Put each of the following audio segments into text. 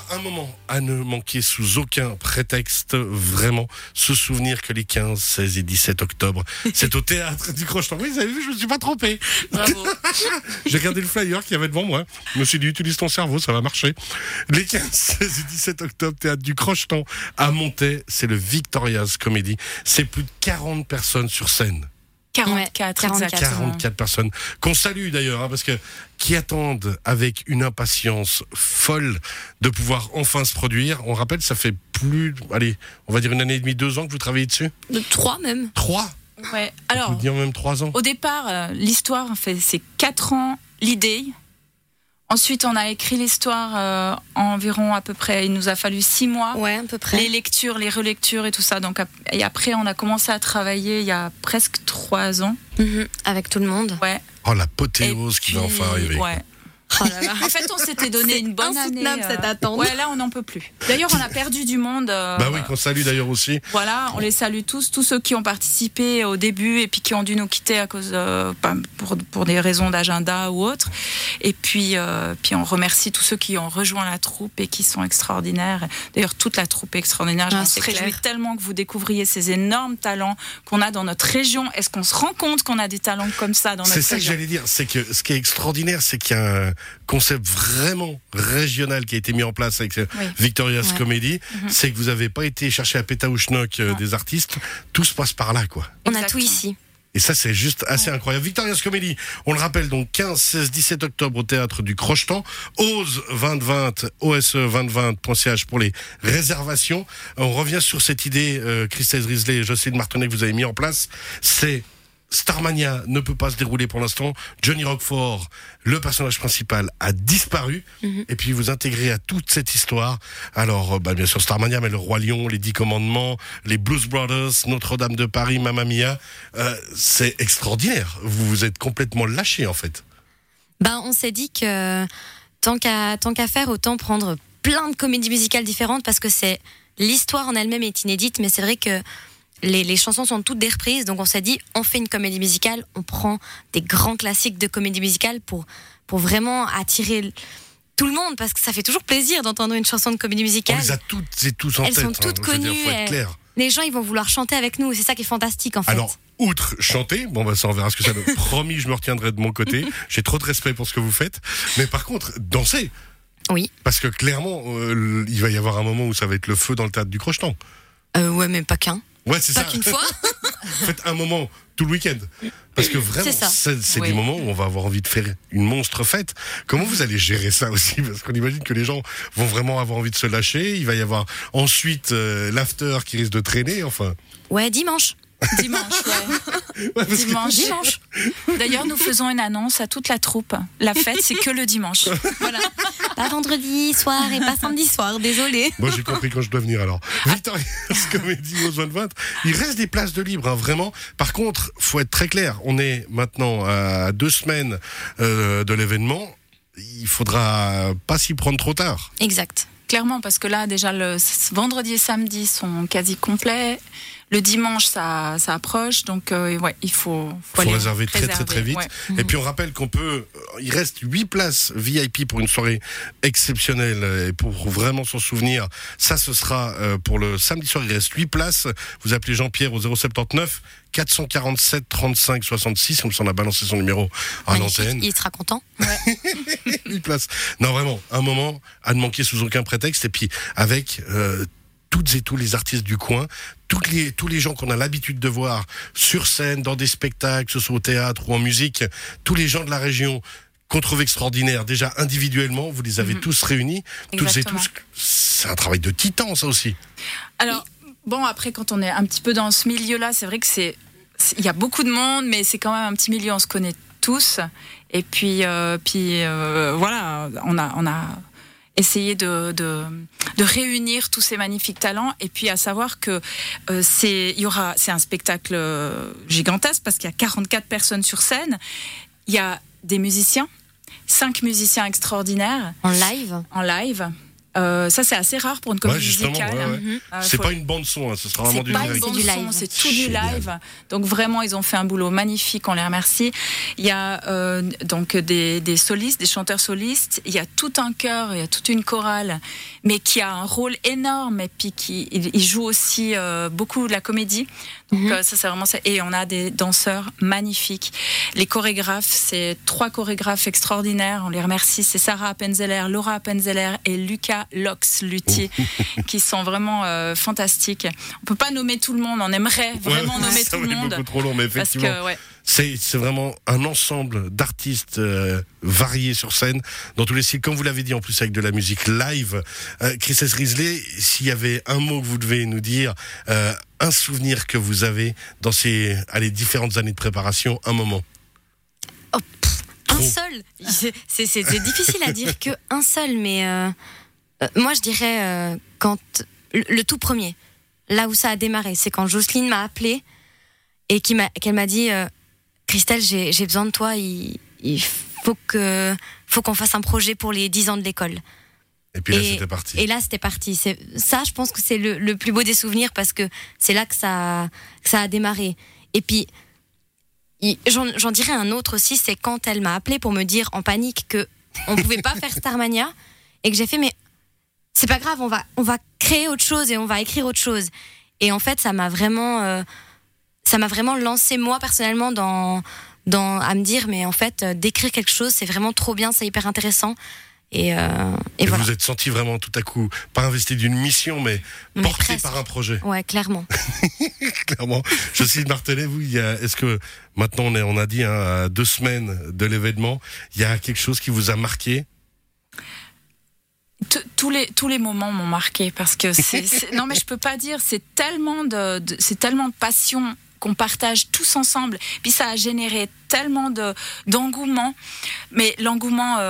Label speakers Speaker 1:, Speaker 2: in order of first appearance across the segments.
Speaker 1: un moment à ne manquer sous aucun prétexte, vraiment, se souvenir que les 15, 16 et 17 octobre, c'est au théâtre du Crocheton. Oui, vous avez vu, je me suis pas trompé.
Speaker 2: Bravo.
Speaker 1: J'ai regardé le flyer qu'il y avait devant moi. Je me suis dit, utilise ton cerveau, ça va marcher. Les 15, 16 et 17 octobre, théâtre du Crocheton à Montaix, c'est le Victoria's Comedy. C'est plus de 40 personnes sur scène.
Speaker 2: 44, exactement.
Speaker 1: 44 personnes qu'on salue d'ailleurs, parce que qui attendent avec une impatience folle de pouvoir enfin se produire. On rappelle, ça fait plus, allez, on va dire 1 année et demie, 2 ans que vous travaillez dessus.
Speaker 2: 3 même.
Speaker 1: 3.
Speaker 2: Ouais.
Speaker 1: On
Speaker 2: Alors,
Speaker 1: peut dire même 3 ans.
Speaker 2: au départ, l'histoire, en fait, c'est 4 ans l'idée. Ensuite, on a écrit l'histoire environ à peu près, il nous a fallu 6 mois.
Speaker 3: Ouais, à peu près.
Speaker 2: Les lectures, les relectures et tout ça. Donc, et après, on a commencé à travailler il y a presque 3 ans.
Speaker 3: Avec tout le monde.
Speaker 2: Ouais.
Speaker 1: Oh, l'apothéose qui va enfin arriver.
Speaker 2: Ouais.
Speaker 3: Oh là là.
Speaker 2: En fait, on s'était donné une bonne année.
Speaker 3: Insoutenable, cette attente.
Speaker 2: Ouais, là, on n'en peut plus. D'ailleurs, on a perdu du monde.
Speaker 1: Bah oui, qu'on salue d'ailleurs aussi.
Speaker 2: Voilà, on les salue tous ceux qui ont participé au début et puis qui ont dû nous quitter à cause pour des raisons d'agenda ou autre. Et puis on remercie tous ceux qui ont rejoint la troupe et qui sont extraordinaires. D'ailleurs, toute la troupe est extraordinaire. Je me réjouis tellement que vous découvriez ces énormes talents qu'on a dans notre région. Est-ce qu'on se rend compte qu'on a des talents comme ça dans notre région ?
Speaker 1: C'est ça que j'allais dire. C'est que ce qui est extraordinaire, c'est qu'il y a un concept vraiment régional qui a été mis en place avec Victoria's Comedy. C'est que vous n'avez pas été chercher à Pétaouchnok des artistes. Tout se passe par là, quoi.
Speaker 3: On a tout ici.
Speaker 1: Et ça, c'est juste assez incroyable. Victoria's Comedy, on le rappelle, donc 15, 16, 17 octobre au théâtre du Crocheton. OSE 2020, OSE2020.ch pour les réservations. On revient sur cette idée, Christelle Risley et Jocelyne Martonnet, que vous avez mis en place. C'est Starmania ne peut pas se dérouler pour l'instant. Johnny Roquefort, le personnage principal, a disparu. Et puis vous intégrez à toute cette histoire. Alors, bien sûr Starmania, mais le Roi Lion, les 10 Commandements, les Blues Brothers, Notre-Dame de Paris, Mamma Mia. C'est extraordinaire. Vous vous êtes complètement lâché en fait.
Speaker 3: On s'est dit que tant qu'à faire, autant prendre plein de comédies musicales différentes parce que l'histoire en elle-même est inédite, mais c'est vrai que les chansons sont toutes des reprises, donc on s'est dit, on fait une comédie musicale, on prend des grands classiques de comédie musicale pour vraiment attirer tout le monde, parce que ça fait toujours plaisir d'entendre une chanson de comédie musicale.
Speaker 1: On les a toutes et tous en tête.
Speaker 3: Elles sont toutes connues.
Speaker 1: Faut être clair.
Speaker 3: Les gens, ils vont vouloir chanter avec nous, c'est ça qui est fantastique en fait.
Speaker 1: Alors, outre chanter, ça on verra ce que ça donne. Promis, je me retiendrai de mon côté. J'ai trop de respect pour ce que vous faites. Mais par contre, danser.
Speaker 3: Oui.
Speaker 1: Parce que clairement, il va y avoir un moment où ça va être le feu dans le théâtre du Crocheton.
Speaker 3: Ouais, mais pas qu'un.
Speaker 1: Ouais, c'est
Speaker 3: pas
Speaker 1: ça.
Speaker 3: Qu'une fois.
Speaker 1: Faites un moment tout le week-end. Parce que vraiment, c'est des moments où on va avoir envie de faire une monstre fête. Comment vous allez gérer ça aussi ? Parce qu'on imagine que les gens vont vraiment avoir envie de se lâcher. Il va y avoir ensuite l'after qui risque de traîner, enfin.
Speaker 3: Ouais, dimanche.
Speaker 2: Dimanche. D'ailleurs, nous faisons une annonce à toute la troupe. La fête, c'est que le dimanche. Voilà.
Speaker 3: Pas vendredi soir et pas samedi soir, désolé.
Speaker 1: Moi, j'ai compris quand je dois venir alors. Victoria's Comedy aux 2020. Il reste des places de libre, vraiment. Par contre, faut être très clair. On est maintenant à 2 semaines de l'événement. Il faudra pas s'y prendre trop tard.
Speaker 3: Exact.
Speaker 2: Clairement, parce que là, déjà, le vendredi et samedi sont quasi complets. Le dimanche, ça approche, donc il faut
Speaker 1: réserver très vite.
Speaker 2: Ouais.
Speaker 1: Et puis on rappelle il reste 8 places VIP pour une soirée exceptionnelle et pour vraiment s'en souvenir. Ça, ce sera pour le samedi soir. Il reste 8 places. Vous appelez Jean-Pierre au 079 447 35 66. Comme ça, on a balancé son numéro à l'antenne.
Speaker 3: Il sera content.
Speaker 2: Ouais.
Speaker 1: 8 places. Non, vraiment, un moment à ne manquer sous aucun prétexte. Et puis avec toutes et tous les artistes du coin, tous les gens qu'on a l'habitude de voir sur scène, dans des spectacles, que ce soit au théâtre ou en musique, tous les gens de la région qu'on trouve extraordinaires, déjà individuellement, vous les avez tous réunis, toutes et tous. C'est un travail de titan, ça aussi.
Speaker 2: Alors, après, quand on est un petit peu dans ce milieu-là, c'est vrai que il y a beaucoup de monde, mais c'est quand même un petit milieu, on se connaît tous. Et puis voilà, on a essayer de réunir tous ces magnifiques talents, et puis à savoir que c'est un spectacle gigantesque parce qu'il y a 44 personnes sur scène, il y a des musiciens, 5 musiciens extraordinaires
Speaker 3: en live.
Speaker 2: Ça, c'est assez rare pour une comédie musicale.
Speaker 1: C'est pas une bande son, ce sera vraiment du
Speaker 2: direct. C'est pas une bande son, c'est tout du live. Donc vraiment, ils ont fait un boulot magnifique, on les remercie. Il y a donc des solistes, des chanteurs solistes. Il y a tout un chœur, il y a toute une chorale, mais qui a un rôle énorme et puis il joue aussi beaucoup de la comédie. Donc ça, c'est vraiment ça. Et on a des danseurs magnifiques. Les chorégraphes, c'est 3 chorégraphes extraordinaires. On les remercie. C'est Sarah Appenzeller, Laura Appenzeller et Lucas Luthier qui sont vraiment fantastiques. On peut pas nommer tout le monde. On aimerait vraiment nommer tout le monde.
Speaker 1: Beaucoup trop long, mais effectivement.
Speaker 2: Parce que,
Speaker 1: c'est vraiment un ensemble d'artistes variés sur scène, dans tous les styles, comme vous l'avez dit, en plus avec de la musique live. Christelle Risley, s'il y avait un mot que vous devez nous dire, un souvenir que vous avez dans ces différentes années de préparation, un moment.
Speaker 3: Un seul. C'est difficile à dire que un seul, mais moi je dirais quand le tout premier, là où ça a démarré, c'est quand Jocelyne m'a appelée et qu'elle m'a dit Christelle, j'ai besoin de toi, il faut qu'on fasse un projet pour les 10 ans de l'école.
Speaker 1: Et puis là, c'était parti.
Speaker 3: Et là, c'était parti. Ça, je pense que c'est le plus beau des souvenirs parce que c'est là que ça a démarré. Et puis, j'en dirais un autre aussi, c'est quand elle m'a appelé pour me dire en panique que on pouvait pas faire Starmania et que j'ai fait mais c'est pas grave, on va créer autre chose et on va écrire autre chose. Et en fait, ça m'a vraiment lancé moi personnellement à me dire mais en fait d'écrire quelque chose c'est vraiment trop bien, c'est hyper intéressant. Et voilà.
Speaker 1: Vous êtes senti vraiment tout à coup, pas investi d'une mission, mais porté par un projet.
Speaker 3: Ouais, clairement.
Speaker 1: Clairement. Jocelyne Martelet, vous, est-ce que maintenant on a dit à 2 semaines de l'événement, il y a quelque chose qui vous a marqué?
Speaker 2: Tous les moments m'ont marqué parce que non mais je peux pas dire, c'est tellement de passion qu'on partage tous ensemble, puis ça a généré tellement d'engouement, mais l'engouement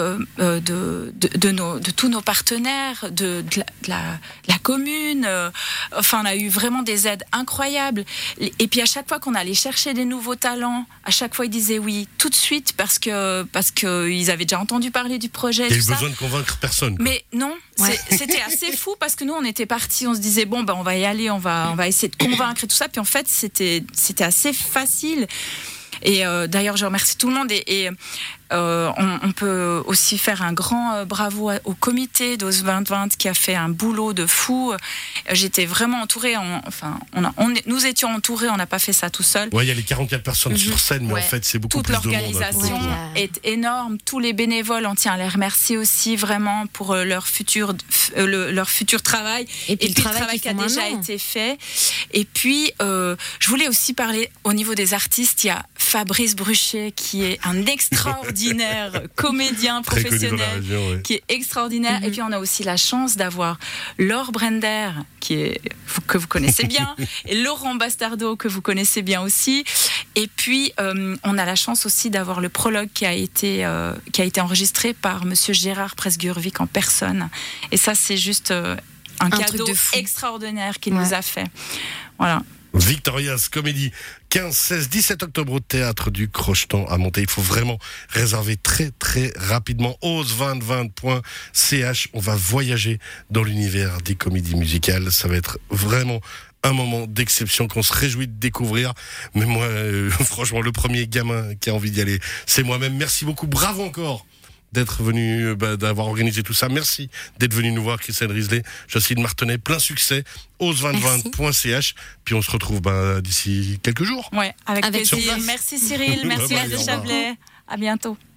Speaker 2: de tous nos partenaires, de la commune, enfin on a eu vraiment des aides incroyables, et puis à chaque fois qu'on allait chercher des nouveaux talents, à chaque fois ils disaient oui tout de suite parce que ils avaient déjà entendu parler du projet.
Speaker 1: Il y a eu besoin de convaincre personne, quoi.
Speaker 2: Mais non, c'était assez fou parce que nous on était partis, on se disait bon on va y aller, on va essayer de convaincre et tout ça, puis en fait c'était assez facile. Et d'ailleurs je remercie tout le monde et on peut aussi faire un grand bravo au comité d'OS 2020 qui a fait un boulot de fou. J'étais vraiment entourée, nous étions entourés, on n'a pas fait ça tout seul.
Speaker 1: Ouais, il y a les 44 personnes sur scène, mais en fait c'est beaucoup plus de monde.
Speaker 2: Toute l'organisation est énorme, tous les bénévoles, on tient à les remercier aussi vraiment pour leur futur travail et puis le travail qui a déjà été fait. Et puis je voulais aussi parler au niveau des artistes, il y a Fabrice Bruchet qui est un extraordinaire comédien professionnel, qui est extraordinaire. Et puis on a aussi la chance d'avoir Laure Brender que vous connaissez bien et Laurent Bastardo que vous connaissez bien aussi. Et puis on a la chance aussi d'avoir le prologue qui a été enregistré par monsieur Gérard Presgurvic en personne. Et ça c'est juste un cadeau extraordinaire qu'il nous a fait. Voilà.
Speaker 1: Victoria's Comedy, 15, 16, 17 octobre au théâtre du Crochetan à Monter. Il faut vraiment réserver très très rapidement. ose2020.ch. On va voyager dans l'univers des comédies musicales. Ça va être vraiment un moment d'exception qu'on se réjouit de découvrir. Mais moi, franchement, le premier gamin qui a envie d'y aller, c'est moi-même. Merci beaucoup. Bravo encore d'être venu, d'avoir organisé tout ça. Merci d'être venu nous voir, Christelle Risley, Jocelyne Martelet. Plein succès. ose2020.ch. Puis on se retrouve d'ici quelques jours.
Speaker 2: Ouais, avec plaisir. Merci Cyril, merci Adèle Chablais. À bientôt.